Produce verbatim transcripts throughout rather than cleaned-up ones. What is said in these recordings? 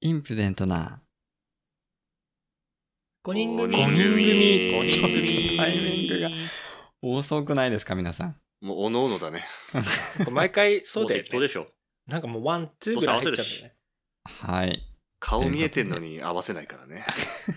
インプデントなごにん組。 ごにん組。 ごにん組。 ちょっとタイミングが遅くないですか皆さん。 もうおのおのだね。 毎回そうだよね。 もう適当でしょ。 なんかもうワン、ツーぐらい入っちゃうんだよね。 はい。 顔見えてんのに合わせないからね。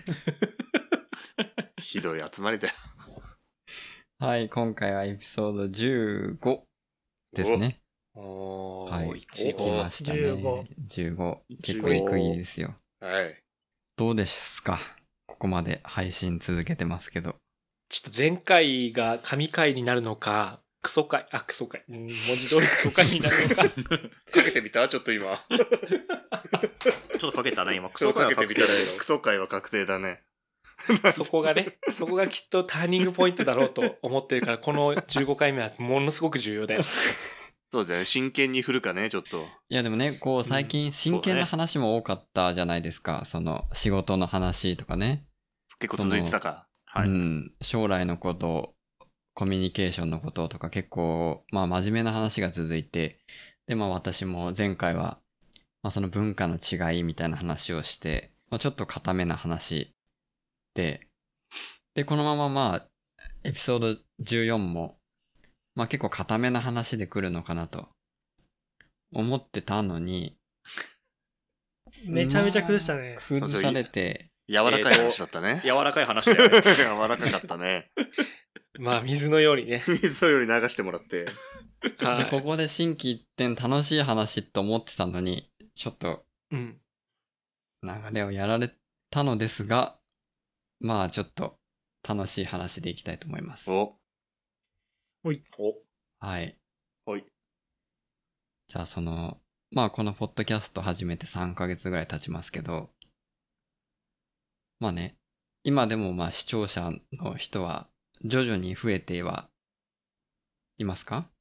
ひどい集まりだよ。 はい、今回はエピソードじゅうごですね。 おー、 はい、 一来ましたね。 じゅうご。 じゅうご。結構いい区切りですよ。 はい。 どうですかここまで配信続けてますけど。 ちょっと前回が神回になるのか、クソ回、あ、クソ回、うん、文字通りクソ回になるのか。 かけてみたちょっと今。 ちょっとかけたね、今。ククソソ回はかけてみたら確定だけど。 クソ回は確定だね。 そこがね、そこがきっとターニングポイントだろうと思ってるから、このじゅうごかいめはものすごく重要だよ。 そうだよね。真剣に振るかね、ちょっと。 いやでもね、こう最近真剣な話も多かったじゃないですか。その仕事の話とかね。 結構続いてたか。 はい。 うん。将来のこと、コミュニケーションのこととか結構、まあ真面目な話が続いて、でまあ私も前回は、まあその文化の違いみたいな話をして、まあちょっと固めな話で、で、このまままあ、エピソードじゅうよんも、まあ結構固めな話で来るのかなと思ってたのに、 めちゃめちゃ崩したね。 まあ崩されて、 柔らかい話だったね。 柔らかい話だよね。 柔らかかったね。 まあ、水のようにね。 水より流してもらって。 はい。 で、ここで心機一転楽しい話と思ってたのに、ちょっとうん。 流れをやられたのですが、まあちょっと楽しい話でいきたいと思います。 お。 お。 はい。 はい。 じゃあその、まあこのポッドキャスト始めてさんかげつぐらい経ちますけど、まあね、今でもまあ視聴者の人は徐々に増えてはいますか？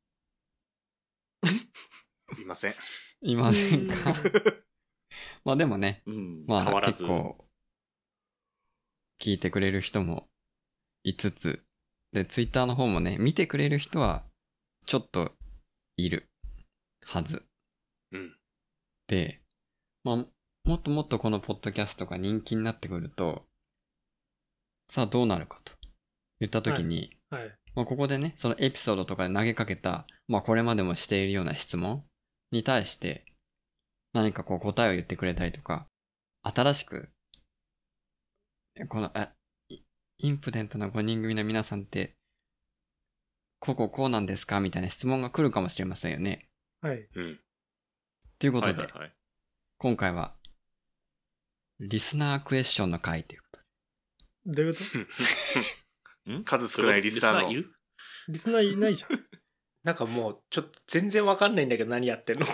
いません。 いませんか？まあでもね、 うん。 まあ変わらず。 結構聞いてくれる人もいつつ、で、ツイッターの方もね、見てくれる人はちょっといるはず。 うん。 で、まあ、もっともっとこのポッドキャストが人気になってくると、さあどうなるかと言ったときに、 はい。 まあここでね、そのエピソードとかで投げかけた、まあこれまでもしているような質問に対して、何かこう答えを言ってくれたりとか、新しく、この、あ、イインプデントなごにん組の皆さんって、こうこうこうなんですかみたいな質問が来るかもしれませんよね。 はい。 うん。 ということで、 はいはいはい。 今回は、リスナークエスチョンの回ということで。 どういうことん数少ないリスナーのいるリスナーいないじゃん。 なんかもう、ちょっと全然わかんないんだけど何やってんのか。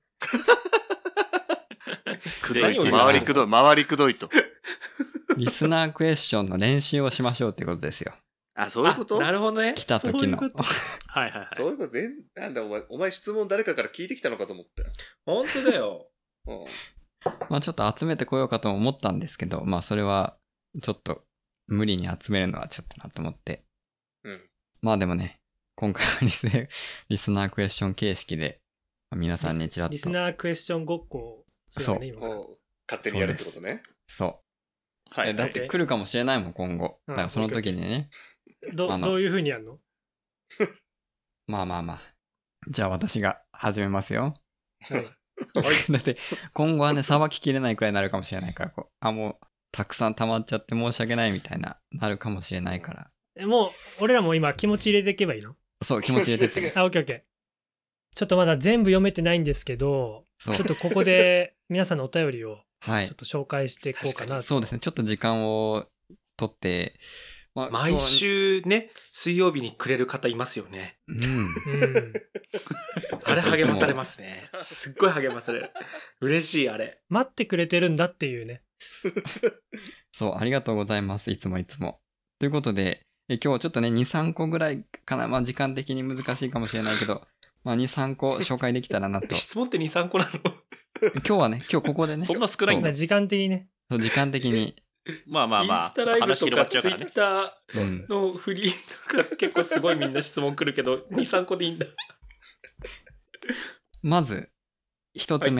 くどいと。 何を言うの回りくどい。回りくどいと。 リスナークエスチョンの練習をしましょうっていうことですよ。 あ、そういうことあなるほどね。 来た時の。 そういうことはいはいはい。 そういうこと全、なんだお前、お前質問誰かから聞いてきたのかと思ったよ。 本当だよ。 うん。 まあちょっと集めてこようかと思ったんですけど、まあそれはちょっと無理に集めるのはちょっとなと思って。 うん。 まあでもね、今回はリスリスナークエスチョン形式で、まあ皆さんにちらっと。 リスナークエスチョンごっこをするわね、今から。 こう、勝手にやるってことね。 そう。 はいはい。 えだって来るかもしれないもん、今後。 うんだからその時にね。 どあのどういう風にやるの？ まあまあまあ。じゃあ私が始めますよ。 はい。 だって今後はね、さばききれないくらいになるかもしれないから、こう、あ、もう、たくさん溜まっちゃって申し訳ないみたいな、なるかもしれないから。 えもう、俺らも今気持ち入れていけばいいの？ そう、気持ち入れてってね。 あ、オッケーオッケー。ちょっとまだ全部読めてないんですけど、 そうちょっとここで皆さんのお便りをはいちょっ。と紹介していこうかなと。 そうですね。ちょっと時間を取って、まあ毎。週ね、水曜日にくれる方いますよね。 今日はうん。 うん。 あれ励まされますね。すっごい励まされる。嬉しい、あれ。 待ってくれてるんだっていうね。 そう、ありがとうございます。いつもいつも。ということで、え今日ちょっとね、に、さんこぐらいかな。まあ時間的に難しいかもしれないけど、まあに、さんこ紹介できたらなと。 質問ってに、さんこなの？ 今日はね、今日ここでね。 そんな少ないんだまあ。時間的にね。 そう時間的に。 まあまあまあ、 インスタライブ話とか広がっちゃうからねツイッ。タうんーのフリーとか結構すごいみんな質問来るけど、に、さんこでいいんだ。 まず、一つ目、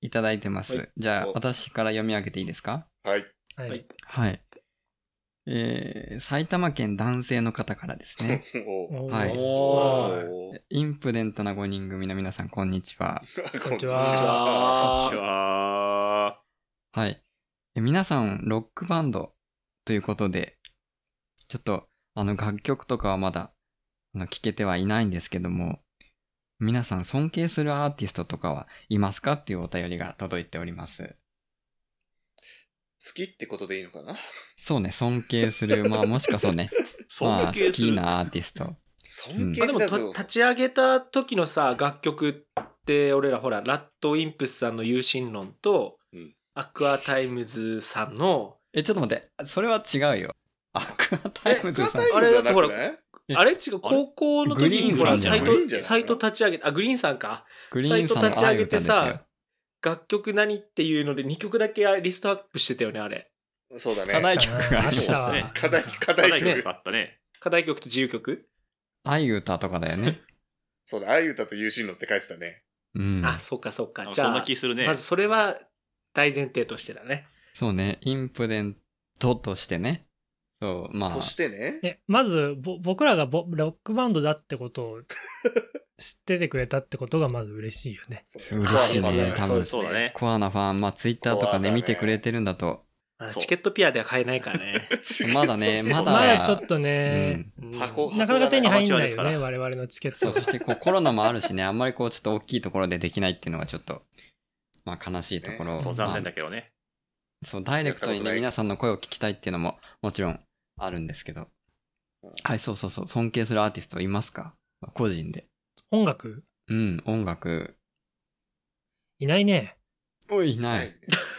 いただいてまはすい。 じゃあ、 お私から読み上げていいですか？ はい。 はい。 はいはい。えー、埼玉県男性の方からですね。 おはいおー。 インプデントなごにん組の皆さん、こんにちは。 こんにちはこんにちこんにちは。 は。 はい。え皆さん、ロックバンドということで、ちょっと、あの、楽曲とかはまだ、あの、聞けてはいないんですけども、皆さん尊敬するアーティストとかはいますかっていうお便りが届いております。 好きってことでいいのかな？ そうね、尊敬する、まあもしかそうね、まあ好尊敬する。 きなアーティスト。 尊敬まあでもだと、 と立ち上げた時のさ、楽曲って俺らほら、ラッドインプスさんの有心論と、 うんアクアタイムズさんの、 え、ちょっと待って、それは違うよ。アクアタイムズさん。 あれアクアタイムズはなくほない？ えあれ違う、高校のグリーン時にほら、 さんじゃないサイトグリーンじゃない、のサイト立ち上げて、あ、グリーンさんか。 グリーンさんのサイト立ち上げて愛歌ですよさ。楽曲何っていうのでにきょくだけリストアップしてたよね、あれ。 そうだね。 課題曲がああるったわね課題、課課題題曲。 曲あったね。 課題曲と自由曲、 愛歌とかだよね。 そうだ、愛歌と有心論って書いてたね。 うん。 あ、そうかそうか。じゃあ、 あそんな気するねまずそれは大前提としてだね。 そうね、インプデントとしてね。そう、まあ。 としてね。 え、まず、ぼ僕らがボロックバンドだってことを知っててくれたってことがまず嬉しいよね。 そう嬉しいねコアなファンだ多分そうですそうだね。 コアなファン、まあツイッターとかでコアだね見てくれてるんだと。 そうあチケットピアでは買えないからね。 まだね、まだ。 まだちょっとうね、 ん。 うん箱なかなか手に入んないよね、 アマチュアですから我々のチケッそう、 トそ。してこうコロナもあるしね、あんまりこうちょっと大きいところでできないっていうのがちょっと、まあ悲しいところ。 ねそう、残念まだけどね。 あそう、ダイレクトにね、 やったことない皆さんの声を聞きたいっていうのももちろんあるんですけど。はい、そうそうそう、尊敬するアーティストいますか？個人で。 音楽うん、音楽。 いないね。 おい、いなないい。 ね。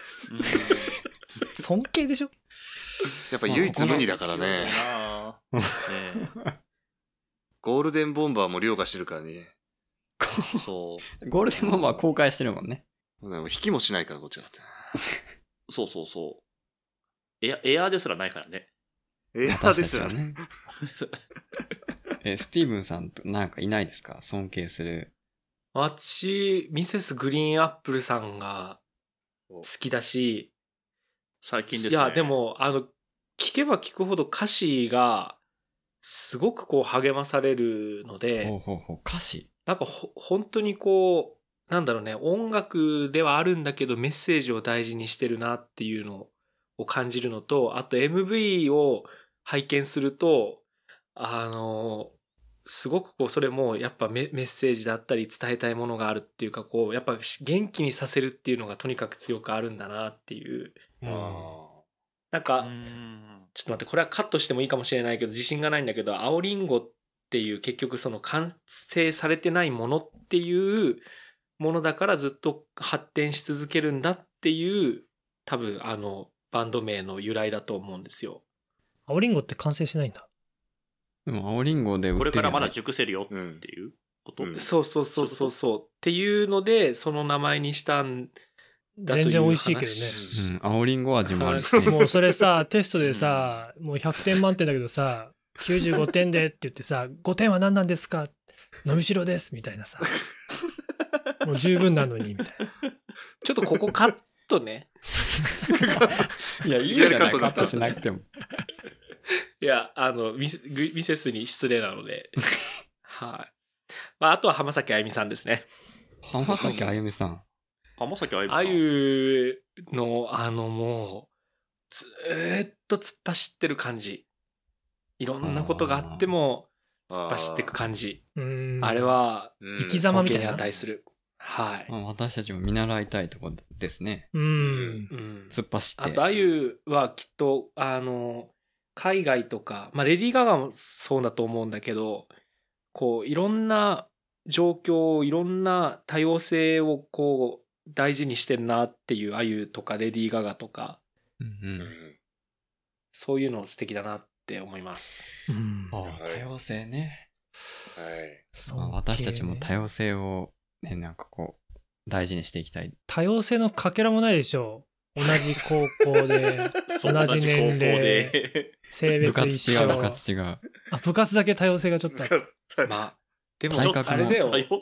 尊敬でしょ？ やっぱ唯一無二だからね。 なぁねゴールデンボンバーも凌駕してるからね。 えそゴールデンボンバー公開してるもんね。 でも引きもしないから、こっちだって。 う。そうそうそう。エア、エアーですらないからね。 エアーですよね。 私たちはね。え、スティーブンさんとなんかいないですか？尊敬する。 私、ミセスグリーンアップルさんが好きだし、 最近ですね。 いや、で、も、あの、聞けば聞くほど歌詞が、すごくこう励まされるので、 ほうほうほう、歌詞。 なんかほ本当にこう、なんだろうね、音楽ではあるんだけどメッセージを大事にしてるなっていうのを感じるのと、あと エムブイ を拝見すると、あの、すごくこう、それもやっぱメメッセージだったり伝えたいものがあるっていうか、こう、やっぱ元気にさせるっていうのがとにかく強くあるんだなっていう。 うんあうなんか、 ん。 ちょっと待って、これはカットしてもいいかもしれないけど、自信がないんだけど、青リンゴっていう結局その完成されてないものっていうものだからずっと発展し続けるんだっていう、多分あの、バンド名の由来だと思うんですよ。 青リンゴって完成しないんだ。 でも、青リンゴで売ってるよね。 これからまだ熟せるよっていうこと、 うんそうそうそうそうそう。っていうので、その名前にしたんだという話。 全然美味しいけどね。 うん、青リンゴ味もあるしね。 もうそれさ、テストでさ、もうひゃくてん満点だけどさ、きゅうじゅうごてんでって言ってさ、ごてんは何なんですか？伸びしろですみたいなさ。もう十分なのにみたいな。 ちょっとここカットね。 いや、いいいきなりじゃない、カッカットだったトしなくても。 いや、あの、ミセミセスに失礼なので。はい。まあ、あとは浜崎あゆみさんですね。 浜崎あゆみさん。 浜崎あゆみさん。 あゆの、あのもう、ずーっと突っ走ってる感じ。いろんなことがあっても、突っ走っていく感じ。 うーん。 あれは、 うん生き様みたいな尊敬に値する。はい。 まあ、私たちも見習いたいところですね。 うーん。 うん。 突っ走って。 あと、あゆはきっと、あの、海外とか、まあ、レディー・ガガもそうだと思うんだけど、こう、いろんな状況、いろんな多様性をこう、大事にしてるなっていう、あゆとかレディー・ガガとか、 うんう。 うんんそういうの素敵だなって思います。 うんああ、多様性ね。 はい。 まあ、私たちも多様性をね、なんかこう、大事にしていきたい。 多様性のかけらもないでしょう。同じ高校で、 そう同じ年同じ高校齢、 で。 性部別一緒。 活違う、部活違う。 あ、部活だけ多様性がちょっとある。 まあ、でも、 体格もあれだよ。 多様性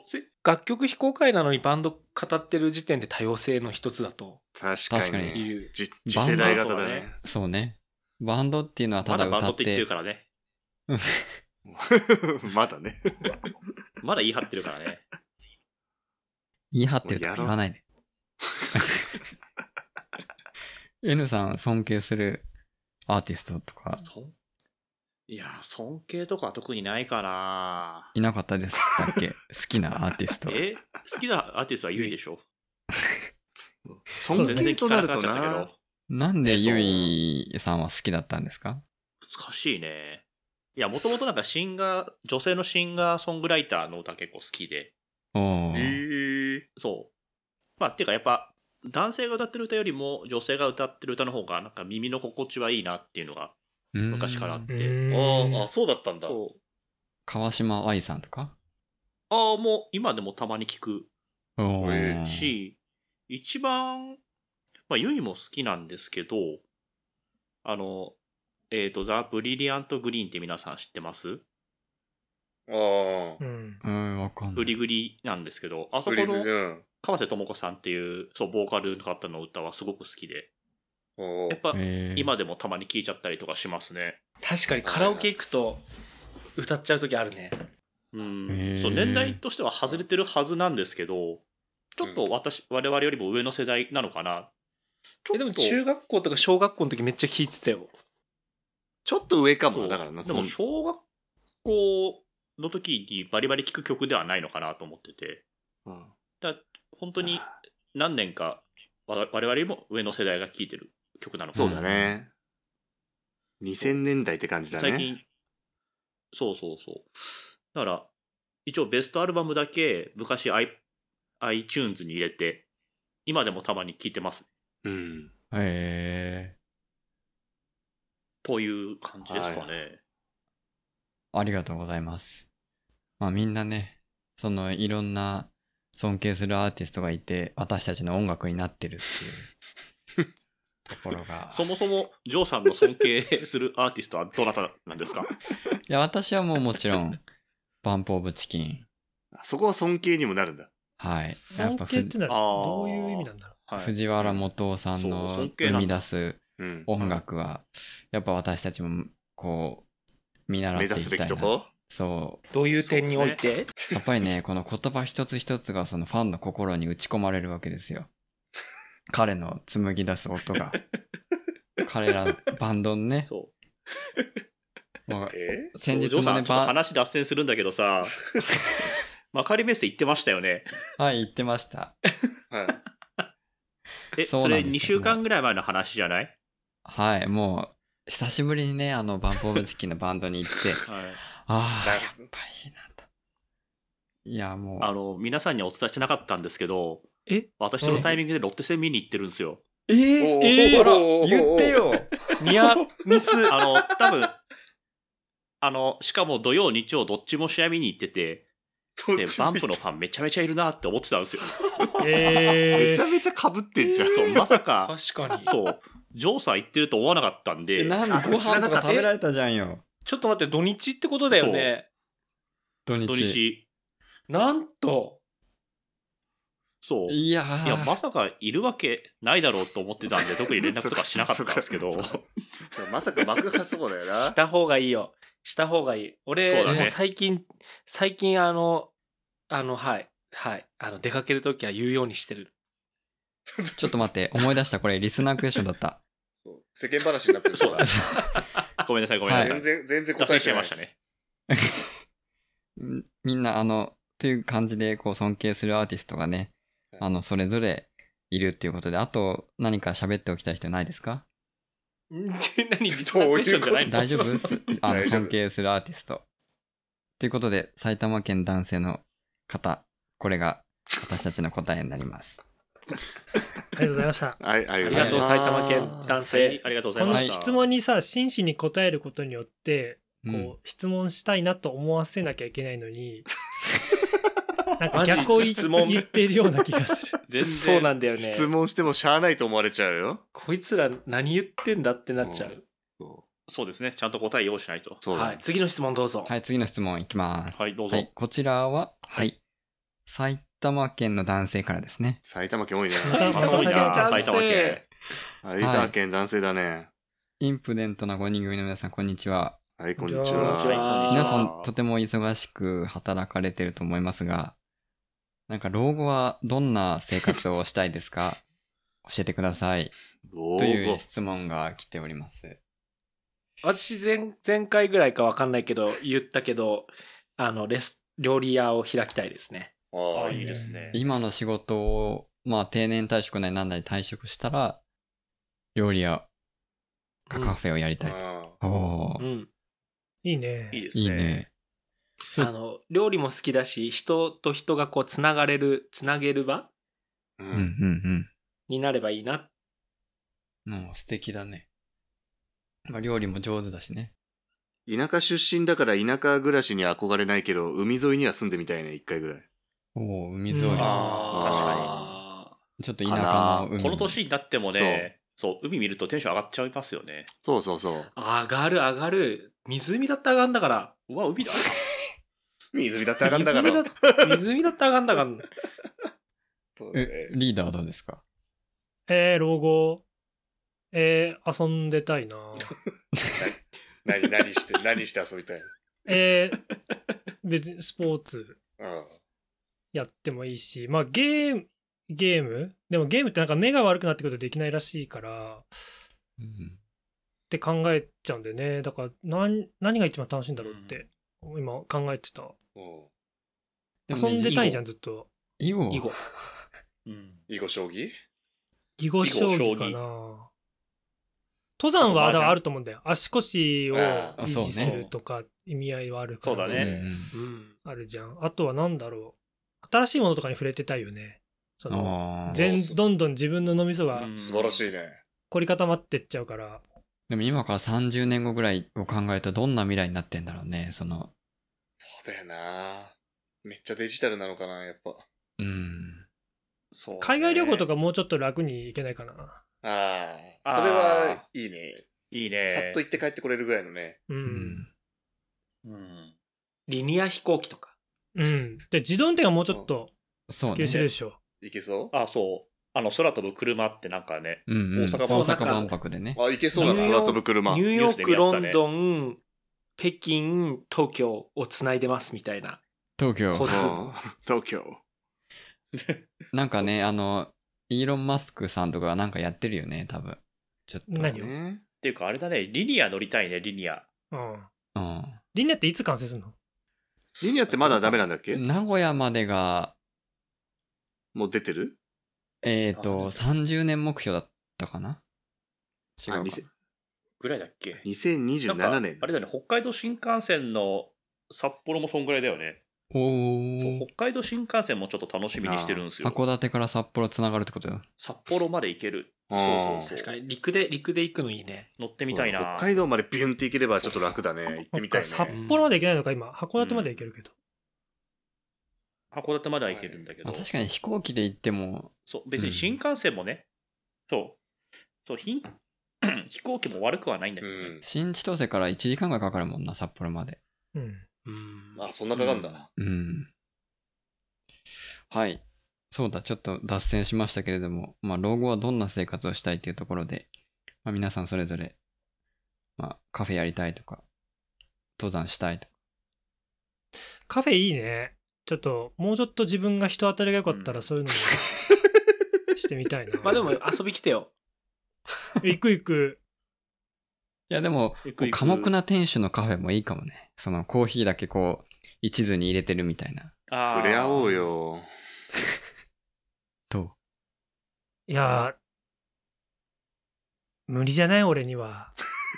楽曲非公開なのにバンド語ってる時点で多様性の一つだと確かに。 確かにいう。 じ次世代型だね。 そうね。バンドっていうのはたまだ歌っだバンドって言っててるからね。 まだね。 まだ言い張ってるからね。 言い張ってるとかもうやろう言わないで。N さん尊敬するアーティストとかそんいや、尊敬とかは特にないかないなかったですだっけ好きなアーティスト。 え好きなアーティストはユイでしょ尊敬となると全然聞かなくなっちゃったけなど。 なんでねそうゆいさんは好きだったんですか？ 難しいね。いや、もともとなんかシンガー、女性のシンガーソングライターの歌結構好きで。 おー。 ええそう。まあ、っていうかやっぱ、男性が歌ってる歌よりも女性が歌ってる歌の方がなんか耳の心地はいいなっていうのがうーん昔からあっうて。 ーんああ、そうだったんだ。 そう。 川島愛さんとかああ、もう今でもたまに聞くおえー。 し、一番、まあ、ユイも好きなんですけど、あの、えっ、と、ザ・ブリリアント・グリーンって皆さん知ってますああう。ん。 うん、わかんない。 グリグリなんですけど、あそグこのリグリうん。 川瀬智子さんっていう、そう、ボーカルの方の歌はすごく好きで、 おーやっぱ、 えー、 今でもたまに聴いちゃったりとかしますね。 確かにカラオケ行くと歌っちゃう時あるね。 うんへーそう、年代としては外れてるはずなんですけど、ちょっと私、我々よりも上の世代なのかな。ちょえっとでも中学校とか小学校の時めっちゃ聴いてたよ。 ちょっと上かもな。 そうだからな。 でもそん小学校の時にバリバリ聴く曲ではないのかなと思ってて、 うんだ本当に何年かわ我々よりも上の世代が聴いてる曲なのかな。 そうだね。にせんねんだいって感じだね。 最近、そうそうそう。だから、一応ベストアルバムだけ昔 i- iTunes に入れて、今でもたまに聴いてます。 うん。 えという感じですかね。 ー、ありがとうございます。まあみんなね、そのいろんな尊敬するアーティストがいて、私たちの音楽になってるっていうところが。 そもそも、ジョーさんの尊敬するアーティストはどなたなんですか？ いや、私はもうもちろん、バンプオブチキン。 そこは尊敬にもなるんだ。 はい。やっ尊ぱふ敬ってのはあーどういう意味なんだろはい、 藤原元夫さんそうの尊敬なんだ生み出すうん。 音楽は、やっぱ私たちも、こう、見習って目指すべいきたいな。 きとこそう。 どういう点において？ やっぱりね、この言葉一つ一つがそのファンの心に打ち込まれるわけですよ。彼の紡ぎ出す音が。彼らバンドのね、 そう。 もうえ先日そうジョーさん、 もね、 ちょっとバン、 話脱線するんだけどさ、マカリメッセ言ってましたよね。 はい、言ってました。 はい。 え、それそうなんですよにしゅうかんぐらい前の話じゃない？ はい、もう、久しぶりにね、あの、バンプオブチキンのバンドに行って、 はい。 ああ、 だやっぱりいいなと。いや、もう、 あの、皆さんにはお伝えしてなかったんですけど、 え私そのタイミングでロッテ戦見に行ってるんですよ。 えー、 おーえー、あら、 おー言ってよ。 ニアミス。 あの、多分、あの、しかも土曜、日曜、どっちも試合見に行ってて、で、 どっちもバンプのファンめちゃめちゃいるなって思ってたんですよ。 えめちゃめちゃ被ってんじゃん。 そう、まさか、 確かに。 そう、ジョーさん行ってると思わなかったんえ、 で、 なんであご飯と知らなかったか食べられたじゃんよ。 ちょっと待って、土日ってことだよね。 土日。 土日、 なんと。 そう。 いやー。 いや、まさかいるわけないだろうと思ってたんで、特に連絡とかしなかったんですけど、 そうまさか爆破そうだよな。 した方がいいよ。した方がいい。俺、 そうだねもう最近、最近あの、あの、はい、はい。あの、出かけるときは言うようにしてる。 ちょっと待って、思い出した。これ、リスナークエスチョンだった。 そう世間話になってるそうだ。ごめんなさい、ごめんなさい。 全然、全然脱線しち答えてないゃいましたね。 んみんな、あの、という感じで、こう、尊敬するアーティストがね、あの、それぞれいるっていうことで、あと、何か喋っておきたい人ないですか？ ん何リスナークエスチョンじゃないの？ 大丈夫すあの、 大丈夫尊敬するアーティスト。ということで、埼玉県男性の方、これが私たちの答えになります。 ありがとうございました。 はい、ありありがとう、 がとう。 埼玉県男はい性。 ありがとうございこのました。 質問にさ、真摯に答えることによって、 うんこう、質問したいなと思わせなきゃいけないのに、なんかマジ逆を言質問言っているような気がする。 全然そうなんだよね。 質問してもしゃあないと思われちゃうよ。 こいつら何言ってんだってなっちゃう。 そそうですね。ちゃんと答え用意しないと。 うそうだ、 はい。次の質問どうぞ。 はい、次の質問いきます。 はいどうぞこちらは、はい。 埼玉県の男性からですね。 埼玉県多いね。 またまた多いな、 男性埼玉県。 埼玉県男性だね。 インプデントなごにん組の皆さん、こんにちは。 はい、こんにちこんは。 にちは皆さん、とても忙しく働かれてると思いますが、なんか老後はどんな生活をしたいですか？教えてください。 老という後。 質問が来ております。 私前、前回ぐらいかわかんないけど、言ったけど、あの、レス、料理屋を開きたいですね。 あああ、 あ、いいね。 いいですね。 今の仕事を、まあ定年退職なりなんなり退職したら、料理屋かカフェをやりたいと。 あおー、 うん。 いいね。 いいですいいね。 ね。 そうあの、料理も好きだし、人と人がこう、つながれる、つなげる場あ、う。 うんうんんになればいいな。 うん。もう素敵だね。まあ料理も上手だしね。 田舎出身だから田舎暮らしに憧れないけど、海沿いには住んでみたいね、一回ぐらい。 おー、海沿い。 うんああ、確かに。 あちょっと田舎の海に。 この年になってもね、そう、海見るとテンション上がっちゃいますよね。 そうそうそう。 ー上がる上がる。湖だって上がんだから。 うわ、海だ。 水だって上がんだから。 湖だ湖だって上がんだから。 えそうだね、 リーダーはどうですか？ えー、老後、えー、遊んでたいな。 何、何して、何して遊びたいえー、別にスポーツの？ やってもいいし、まあゲーム、ゲームでもゲームってなんか目が悪くなってくるとできないらしいから、っうんて考えちゃうんだよね。だから何、何が一番楽しいんだろうって、今考えてた。 うん。うん。 でもね遊んでたいじゃん、 囲ずっと。 囲碁囲碁。 うん。 囲碁将棋囲碁将棋か囲碁な。登山はあと麻雀だからあると思うんだよ。足腰をああ維持そうねするとか意味合いはあるから。 うんそうだねうん。 あるじゃん。あとは何だろう。新しいものとかに触れてたいよね。その、 あー全そうどんどん自分の脳みそがうん素晴らしいね。 凝り固まってっちゃうから。 でも今からさんじゅうねんごぐらいを考えるとどんな未来になってんだろうね。その、 そうだよな。めっちゃデジタルなのかな、やっぱ。 うん。 そうね海外旅行とかもうちょっと楽に行けないかな。 ああ、 あーそれはいいね。 いいね。 さっと行って帰ってこれるぐらいのね。 う。 うんん。 うん。 リニア飛行機とか。 うん。で、自動運転がもうちょっとそうね普及。するでしょ。 行けそあ、そう。あの、空飛ぶ車ってなんかね、 うんうん。 大阪万博大阪万博でねう？。あ、行けそうだな、 ニューヨーク空飛ぶ車。 ニューヨニュースでーク、ロ見ましたねンドン、北京、東京をつないでますみたいな。 東京交。通うん東京。 なんかね、あの、イーロン・マスクさんとかがなんかやってるよね、多分。ちょっと。 何をね。 っていうかあれだね、リニア乗りたいね、リニア。 うん。 うん。 リニアっていつ完成するの？ リニアってまだダメなんだっけ？ 名古屋までが、 もう出てる？ えっ、 あと、さんじゅうねん目標だったかな？違うあ、 かにせぐらいだっけにせんにじゅうななねん。 あれだよね、北海道新幹線の札幌もそんぐらいだよね。 おそう、 ー。 北海道新幹線もちょっと楽しみにしてるんですよ。 函館から札幌つながるってことよ。 札幌まで行ける。 あそうーそうそう。 確かに陸で、陸で行くのいいね。 乗ってみたいな。 北海道までビュンって行ければちょっと楽だね。行ってみたいね。 札幌まで行けないのか、今。函館まで行けるけど。 函館までは行けるんだけど。 まあ、確かに飛行機で行っても、 そう、別に新幹線もね、そう、そう、ひん飛行機も悪くはないんだけどね。 うん。 新千歳からいちじかんぐらいかかるもんな、札幌まで。 うん。 うん。 あ、そんなかかんだ。 うん。はい。そうだ、ちょっと脱線しましたけれども、まあ、老後はどんな生活をしたいというところで、まあ、皆さんそれぞれ、まあ、カフェやりたいとか、登山したいとか。 カフェいいね。ちょっと、もうちょっと自分が人当たりが良かったら、 うんそういうのもしてみたいな。 まあでも遊び来てよ。 行く行く。 いや、でも、 行く行くこう寡黙な店主のカフェもいいかもね。そのコーヒーだけこう、一途に入れてるみたいな。 あー触れ合おう。よ。 どいやー、無理じゃない俺には。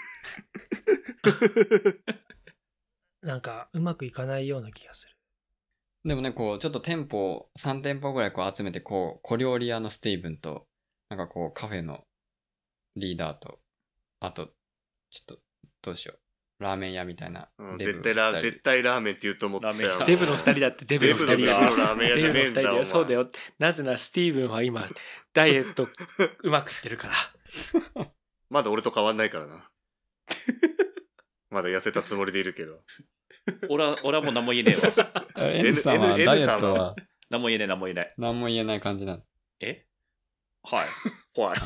なんか、うまくいかないような気がする。 うでもね、こう、ちょっと店舗、さん店舗ぐらいこう集めて、こう、小料理屋のスティーブンと、なんかこう、カフェのリーダーと、あと、ちょっと、どうしよう。ラーメン屋みたいな。 うんデブ絶対ラ、 二人絶対ラーメンって言うと思ったよ。 ラーメン屋デブの二人だって、デブデブのデブの二人だ。 のラーメン屋じゃねえんだデブの二人だよ。 お前そうだよ。なぜならスティーブンは今、ダイエットうまくいってるから。 まだ俺と変わんないからな。まだ痩せたつもりでいるけど。 俺は、俺はもう何も言えねえわ。 N さんは N- N ダイエットは、 何も言えない、何も言えない。 何も言えない感じなの。 えはい。 怖い。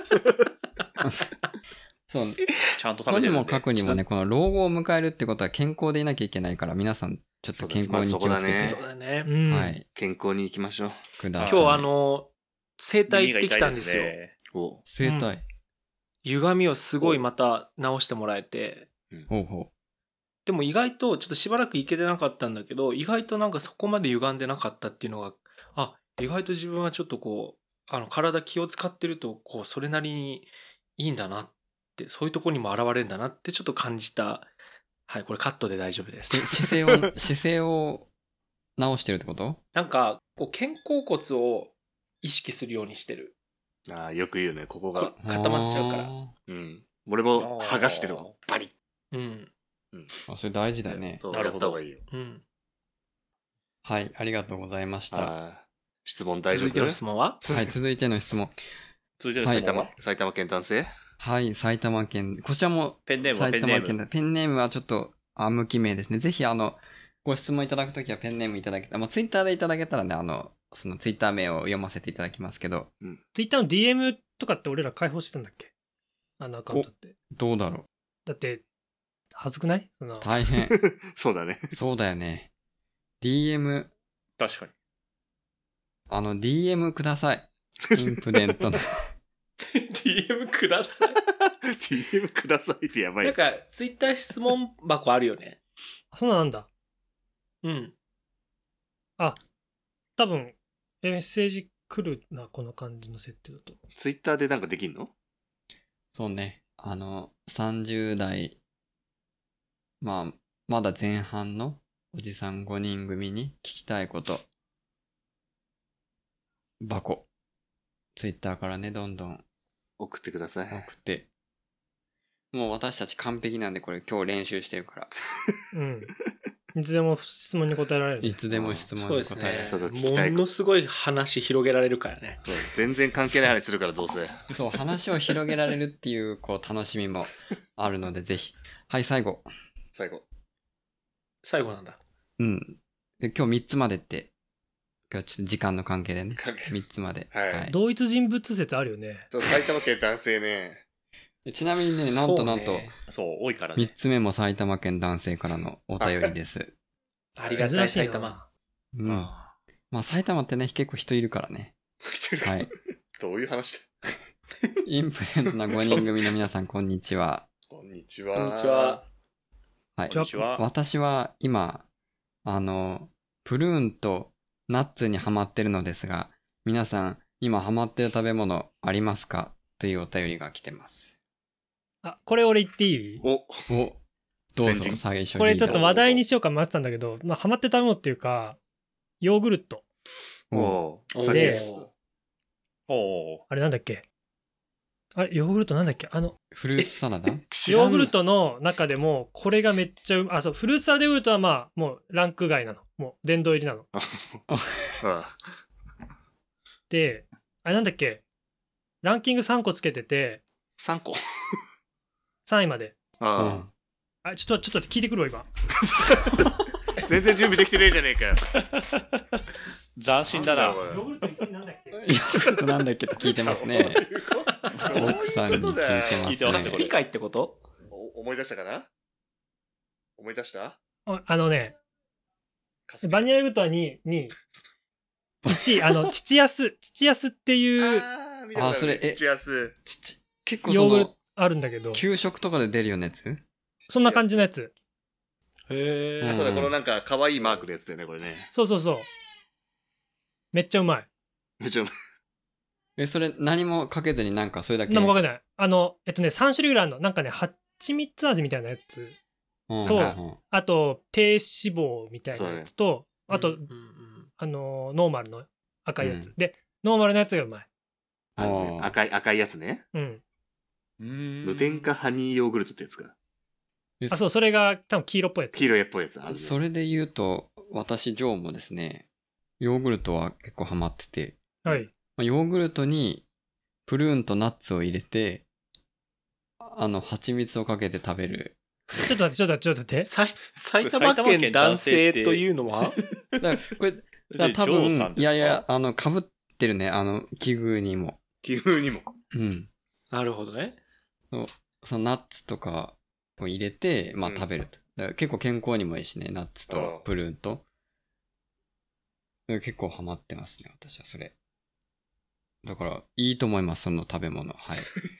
そう。 ちゃんと食とにもべてるんで。 かくにもね、この老後を迎えるってことは健康でいなきゃいけないから、皆さんちょっと健康に気をつけて。 そうだね。 うん。 はい。 健康に行きましょう。 ください。 今日あの、整体耳が行ってき痛いですたんですよ。 ね。 お整体。 歪みをすごいまた直してもらえて。 ほうほでも意外とちょっとしばらく行けてなかったんだけど、意外となんかそこまで歪んでなかったっていうのが、あ、意外と自分はちょっとこう、あの体気を使ってると、こう、それなりにいいんだなって、そういうところにも現れるんだなってちょっと感じた。はい、これカットで大丈夫でう。え、 す。 姿勢を、姿勢を直してるってこと？ なんか、こう肩甲骨を意識するようにしてる。 ああ、よく言うね、ここが。 固まっちゃうからあうん。俺も剥がしてるわ。バリッ。 うん。 ーあ、それ大事だね。 そうなるほどやった方がいいよ。 うん。 はい、ありがとうございました。はあー質問大丈夫続いての質問はい続いての質問。 続いてのはい埼玉質問は、 埼玉県男性はい、埼玉県。こちらもペンネームはペンネーム。 埼玉県だ。ペンネームはちょっと、あ、無記名ですね。ぜひ、あの、ご質問いただくときはペンネームいただけたら、まあ、ツイッターでいただけたらね、あの、そのツイッター名を読ませていただきますけど、 ツイッターの ディーエム とかって俺ら開放してたんだっけ？あのアカウントって。 どうだろだって、恥ずくないそのう。大変。 そうだね。 そうだよね。ディーエム、 確かに。 あの、ディーエム ください。インプデントの。 ディーエム ください。 ディーエム くださいってやばい。 なんか、ツイッター質問箱あるよね。 そんなんなんだ。 うん。 あ、多分、えメッセージ来るな、この感じの設定だと。 ツイッターでなんかできんの？ そうね。あの、さんじゅう代、まあ、まだ前半のおじさんごにん組に聞きたいこと、箱。ツイッターからね、どんどん送ってください。 送って。もう私たち完璧なんで、これ今日練習してるから。 うん。いつでも質問に答えられるね。 いつでも質問そうですに答えられる。 ねそうそう聞きたい。 ものすごい話広げられるからね。 そう全然関係ない話するからどうせ。 そう、話を広げられるっていう、こう、楽しみもあるので、ぜひ。はい、最後。 最後。 最後なんだ。 うん。で、今日みっつまでって、今日ちょっと時間の関係でね。 関係みっつまで。 はい同一人物説あるよね。 そう埼玉県男性ね。 でちなみにね、なんとなんと、 そうねそう、多いからみっね。 つめも埼玉県男性からのお便りです。 ありがたい珍しいな埼玉。 うん。 あまあ埼玉ってね、結構人いるからね。はい。 どういう話だ？ インプレントなごにん組の皆さん、こんにちは。 こんにちは。 こんにちは。 はい。 こんにちは。 私は今、あの、プルーンとナッツにハマってるのですが、皆さん、今ハマってる食べ物ありますかというお便りが来てます。 あ、これ俺言っていい？ お、 お、どうぞ、 先人最初これちょっとリー話題にしようか迷ってたんだけど、まあ、ハマって食べ物っていうか、ヨーグルト。 ダーおおおさっきですおおー。 あれなんだっけ？あれ、ヨーグルトなんだっけ？あの、 フルーツサラダ知らんヨーグルトの中でも、これがめっちゃうま、あ、そう、フルーツサラダヨーグルトはまあ、もうランク外なの。もう殿堂入りなの。 あで、あれなんだっけ？ランキングさんこつけてて、 さんこ。 さんいまで。 ああ、ちょっと、ちょっと聞いてくるわ、今。 あ。全然準備できてねえじゃねえかよ。 斬新だな。 なんだよヨーグルトいちいなんだっけ？ ヨーグルトなんだっけって聞いてますね。奥さんに聞いてますね。 聞いてます理解ってことお思い出したかな？思い出した？ ああのね、バニラヨーグルトはにい、にい。いちい、あの、父安、父安っていうあー見たことあるあそれえ父安。 ちち結構そヨーグルトの、 あるんだけど、 給食とかで出るようなやつそんな感じのやつ。 へえ。 うんそうだ、このなんか可愛いマークのやつだよね、これね。 そうそうそう。めっちゃうまい。 めっちゃうまい。 え、それ何もかけずになんかそれだけ。 何もかけない。あの、えっとね、さん種類ぐらいあるの。なんかね、蜂蜜味みたいなやつ。 うんとうんうんあと、低脂肪みたいなやつと、あと、 うんうんあのー、ノーマルの赤いやつ。 うんで、ノーマルのやつがうまい。 あのねあー赤い、赤いやつね。 うん。 無添加ハニーヨーグルトってやつか。 えあ、そう、それが多分黄色っぽいやつ。 黄色いっぽいやつ。あるねそれで言うと、私、ジョーもですね、ヨーグルトは結構ハマってて、 はい。 まあヨーグルトにプルーンとナッツを入れて、あの、蜂蜜をかけて食べる。 ちょっと待って、ちょっと待って、ちょっと待って。 さい埼玉県男性というのはだからこれ、 だから多ジョーさん分、 ですかいやいや、あの、被ってるね、あの、器具にも。 気分にも。 うん。 なるほどね。 そのナッツとかを入れて、まあうん食べると。だから結構健康にもいいしね、ナッツああとプルーンと。だから結構ハマってますね、私はそれ。だから、いいと思います、その食べ物。はい。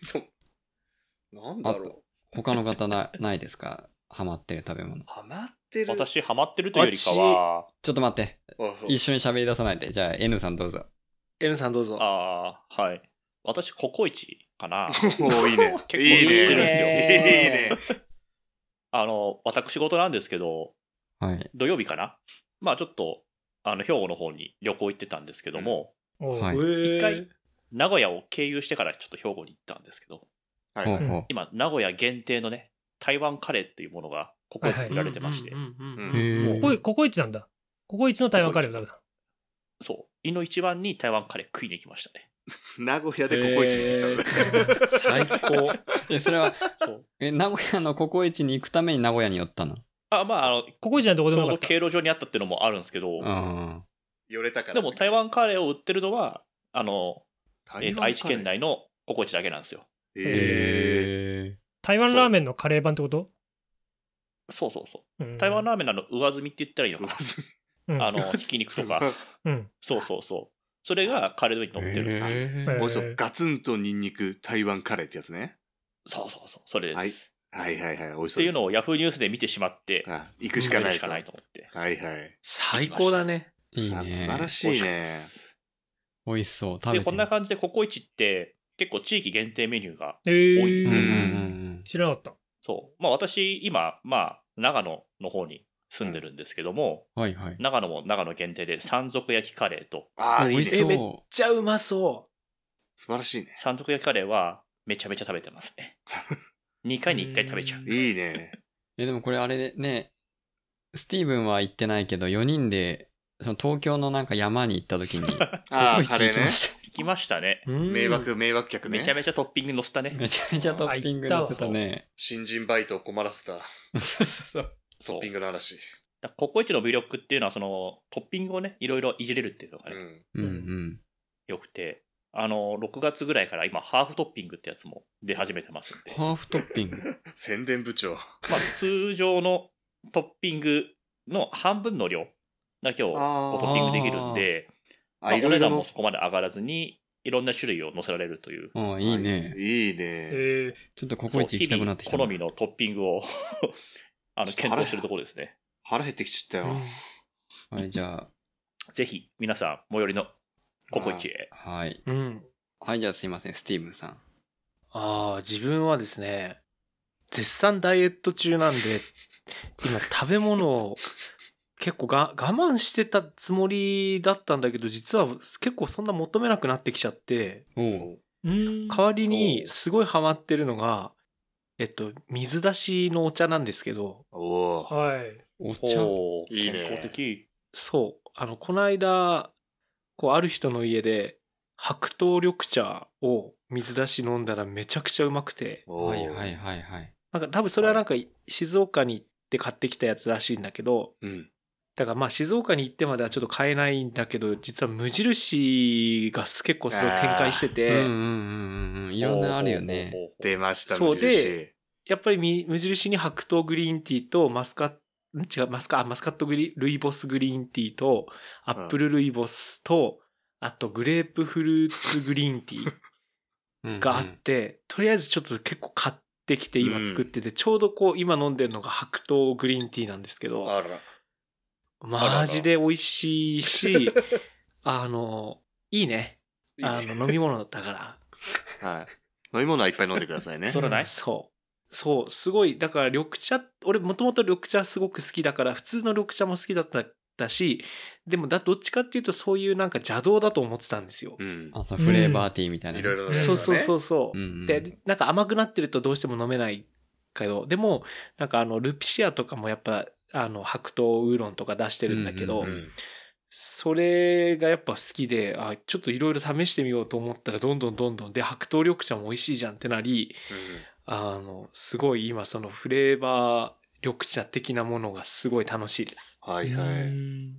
なんだろう。 他の方な、ないですかハマってる食べ物。 ハマってる。 私、ハマってるというよりかは、 ちょっと待って。 あ一緒に喋り出さないで。じゃあ、N さんどうぞ。 N さんどうぞ。 ああ、はい。私、ココイチかな。 おーいいね。 結構いいね。 言ってるんですよいいね。 あの、私事なんですけど、 はい。 土曜日かな。まあちょっと、あの、兵庫の方に旅行行ってたんですけども、 おうはい一回、名古屋を経由してからちょっと兵庫に行ったんですけど、 はいはい。 ほうほう。 今、名古屋限定のね、台湾カレーっていうものが、ココイチで売られてまして、 うんうんうんうんうんへーここい、ここいちなんだ。ここいちの台湾カレーを食べた。 そう、胃の一番に台湾カレー食いに行きましたね。 名古屋でココイチに行ってきたのね。 最高。 え、それは、 そう。 え、名古屋のココイチに行くために名古屋に寄ったの？ あ、まあ、あの、 ここいちなんてどこちょうどでもよかった。 経路上にあったっていうのもあるんですけど、 あ寄れたからね。 でも台湾カレーを売ってるのは、あの、えーと愛知県内。 内のココイチだけなんですよ。 ー。 へへ台湾ラーメンのカレー版ってこと？ そうそうそう。 うん台湾ラーメンのあの上積みって言ったらいいのかうんな。あの、ひき肉とか。 うん。 そうそうそう。それがカレーの上に乗ー。 ってる。 へーおいしそう。ガツンとニンニク台湾カレーってやつね。 そうそうそう。それです。 はいはいはい。美味しそうです。 っていうのをヤフーニュースで見てしまって、 あ、行くしかないと。 食べるしかないと思って。 はいはい。 最高だね。 さいいね。 素晴らしいね美味しかったで。す。 美味しそう。食べで、 てこんな感じでココイチって結構地域限定メニューがえ多いんですよ。 うんうんうん知らなかった。 そう。まあ私、今、まあ、長野の方に住んでるんですけども、 うん。はいはい。 長野も長野限定で山賊焼きカレーと、 ああ、いいね。 美味しそう。 めっちゃうまそ素晴らしいね。 山賊焼きカレーはめちゃめちゃ食べてますね。にかいにいっかい食べちゃう。 うんいいね。 え、でもこれあれでね、スティーブンは行ってないけど、よにんで、その東京のなんか山に行った時に、コああ、 コイチカレーね行きま。し行きましたね。 う。うん迷。惑、迷惑客ね。 めちゃめちゃトッピング乗せたた。 ね。 めちゃめちゃトッピング乗せたね。 新人バイトを困らせたそうそうそうトッピン。グの話。 だからココイチの魅力っていうのは、そのトッピングをね、いろいろいじれるっていうのがね、 うん。 そう。うんうん。 良くて、あの、ろくがつぐらいから今、ハーフトッピングってやつも出始めてますんで、 ハーフトッピング。 宣伝部長。 まあ、通常のトッピングの半分の量だけをあートッピングできるんで、まあ、 あ、いろいろのお値段もそこまで上がらずに、いろんな種類を乗せられるという、 うん、いいね。 いいね。 えちょっとココそうイチ行きたくなってきた日な。 々好みのトッピングをあのちょっと検討してるところですね。 腹減ってきちゃったよ。 はい、じゃぜひ、皆さん、最寄りのココイチへ。 あ、はい。 うん。 はい、じゃあすいません、スティーブンさん。 ああ、自分はですね、絶賛ダイエット中なんで、今食べ物を結構が我慢してたつもりだったんだけど、実は結構そんな求めなくなってきちゃって、 おう。 うん。 代わりにすごいハマってるのが、えっと、水出しのお茶なんですけど、 おお。 はい。 お茶。 おー、 いいね健康的。 そう、あの、この間、こう、ある人の家で、白桃緑茶を水出し飲んだらめちゃくちゃうまくて、 はいはいはいはい。 なんか多分それはなんか静岡に行って買ってきたやつらしいんだけど、 うん。 だからまあ静岡に行ってまではちょっと買えないんだけど、実は無印が結構すごい展開してうんて、 うんうんうんうん。いろんなあるよね。 ほうほうほうほう。 出ました、 そう無印。 やっぱりみ無印に白桃グリーンティーとマスカット、ん違う、マスカ、あマスカットグリルイボスグリーンティーと、アップルルイボスと、あとグレープフルーツグリーンティーうんうんがあって、とりあえずちょっと結構買ってきて今作ってて、ちょうどこう今飲んでるのが白桃グリーンティーなんですけど、 あら。 マジで美味しいし、あの、いいね。 いいねあの、飲み物だから。 はい。飲み物はいっぱい飲んでくださいね太。らないそう。そう。すごい。だから緑茶、俺もともと緑茶すごく好きだから、普通の緑茶も好きだっただし、でもだ、どっちかっていうとそういうなんか邪道だと思ってたんですよ。 うん。 あ、そう、フレーバーティーみたいなね。 いろいろなやつがねそうそうそうそう。 うんうんで、なんか甘くなってるとどうしても飲めないけど、でも、なんかあの、ルピシアとかもやっぱ、あの、白桃ウーロンとか出してるんだけど、 うんうんうん。 それがやっぱ好きで、あ、ちょっといろいろ試してみようと思ったら、どんどんどんどん、で、白桃緑茶も美味しいじゃんってなり、 うん。 あの、すごい今そのフレーバー緑茶的なものがすごい楽しいです。 はいはい。 うん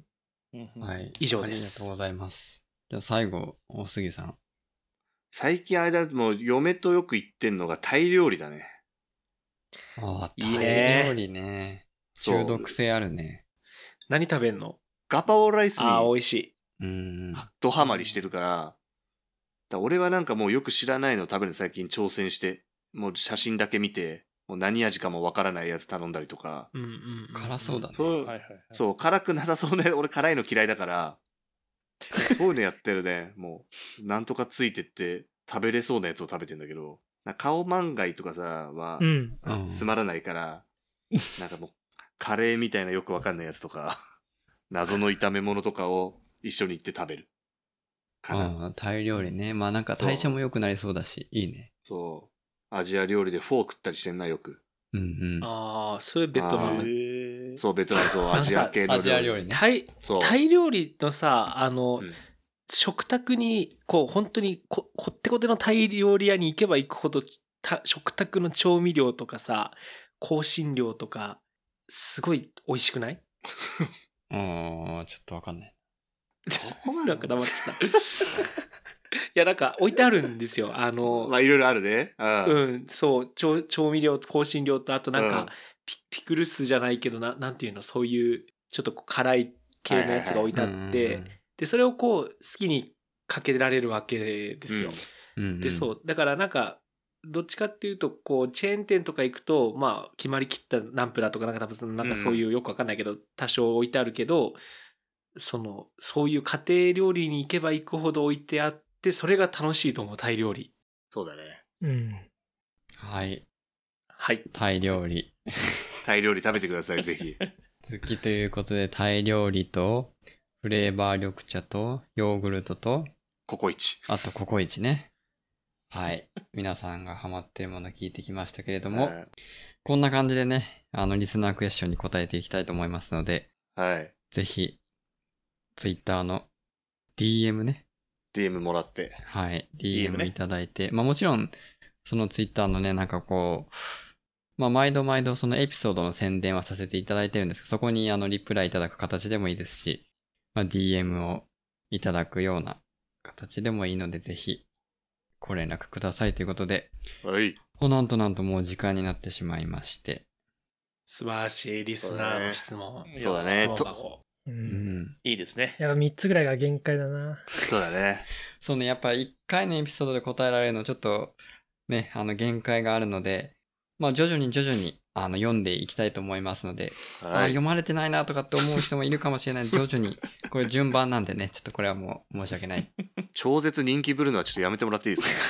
うんうんはい。 以上ですありがとうございます。じゃあ最後、大杉さん。 最近あれだ、もう嫁とよく行ってんのがタイ料理だね。 ああ、 いいタイね料理ね。 そう中毒性あるね。 何食べんの？ ガパオライスああ、美に味しい。 うん。 ドハマりしてるから、だから俺はなんかもうよく知らないの食べるの最近挑戦して、もう写真だけ見て、もう何味かもわからないやつ頼んだりとか、 うんうんうんうん。 辛そうだね。 そう、 はいはいはい。 そう、辛くなさそうね。俺辛いの嫌いだから、そういうのやってるね。もう、なんとかついてって食べれそうなやつを食べてんだけど、なんか顔マンガイとかさ、はう、ん。 うん。 つまらないから、なんかもう、カレーみたいなよくわかんないやつとか、謎の炒め物とかを一緒に行って食べる。かな。 ああ、タイ料理ね。まあなんか代謝も良くなりそうだし、いいね。 そう。アジア料理でフォー食ったりしてんな、よく。 うんうん。 ああ、それベトナあム。 へえ。 そう、ベトナム、そう、アジア系のアジア料理ね。 タイ、 そう。 タイ料理のさ、あの、 うん食卓に、こう、本当にこ、こってこてのタイ料理屋に行けば行くほど、た食卓の調味料とかさ、香辛料とか、すごい美味しくない？ ああ、ちょっとわかんない。 こなのなんか黙ってた。いや、なんか置いてあるんですよ。あの、 まあ、いろいろあるね。うん。 うん、そう、調調味料、香辛料と、あとなんか、 うんピピクルスじゃないけどな、なんていうの、そういう、ちょっとこう辛い系のやつが置いてあって、で、それをこう、好きにかけられるわけですよ。 うんうん。 で、そう、だからなんか、どっちかっていうと、こう、チェーン店とか行くと、まあ、決まりきったナンプラーとか、なんか多分その、なんかそういうよくわかんないけど、多少置いてあるけど、その、そういう家庭料理に行けば行くほど置いてあって、それが楽しいと思う、タイ料理。 そうだね。 うん。 はい。 はい。 タイ料理。 タイ料理食べてください、ぜひ。 好きということで、タイ料理と、フレーバー緑茶と、ヨーグルトと、 ココイチ。 あとココイチね。はい。皆さんがハマってるもの聞いてきましたけれども、 はいこんな感じでね、あの、リスナークエスチョンに答えていきたいと思いますので、 はい。 ぜひ、ツイッターの ディーエム ね。 ディーエム もらって。 はい。 ディーエム ねディーエム いただいて、まあもちろん、そのツイッターのね、なんかこう、まあ毎度毎度そのエピソードの宣伝はさせていただいてるんですけど、そこにあのリプライいただく形でもいいですし、まあ ディーエム をいただくような形でもいいので、ぜひご連絡くださいということで、 はい。 おなんとなんともう時間になってしまいまして。 素晴らしいリスナーの質問。 そうだね質問箱。 う。 うんん。 いいですね。 やっぱみっつぐらいが限界だな。 そうだね。 そうね、やっぱいっかいのエピソードで答えられるのちょっとね、あの限界があるので、まあ徐々に徐々にあの読んでいきたいと思いますので、あはい読。まれてないなとかって思う人もいるかもしれないので、徐々に、これ順番なんでね、ちょっとこれはもう申し訳ない。 超絶人気ぶるのはちょっとやめてもらっていいですか？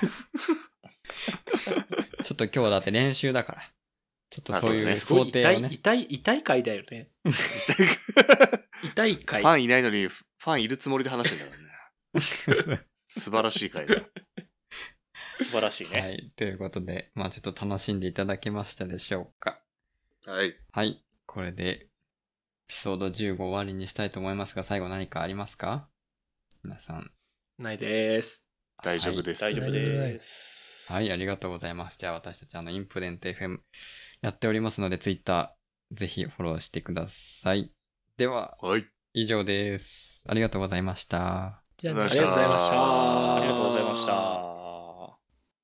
ちょっと今日だって練習だから。ちょっとそういうあそうだねすごい痛い、 想定をね。 痛い、痛い回だよね。痛い回。 ファンいないのに、ファンいるつもりで話してんだからね。素晴らしい回だ。 素晴らしいね。 はい。ということで、まあちょっと楽しんでいただけましたでしょうか。 はい。 はい。これで、エピソードじゅうご終わりにしたいと思いますが、最後何かありますか？皆さん。 ないです。 大丈夫です。 大丈夫です。 はい、ありがとうございます。じゃあ私たち、あの、インプデント エフエム やっておりますので、ツイッター、ぜひフォローしてください。では、 はい。 以上です。ありがとうございました。 じゃあねありありがとうございました。 ありがとうございました。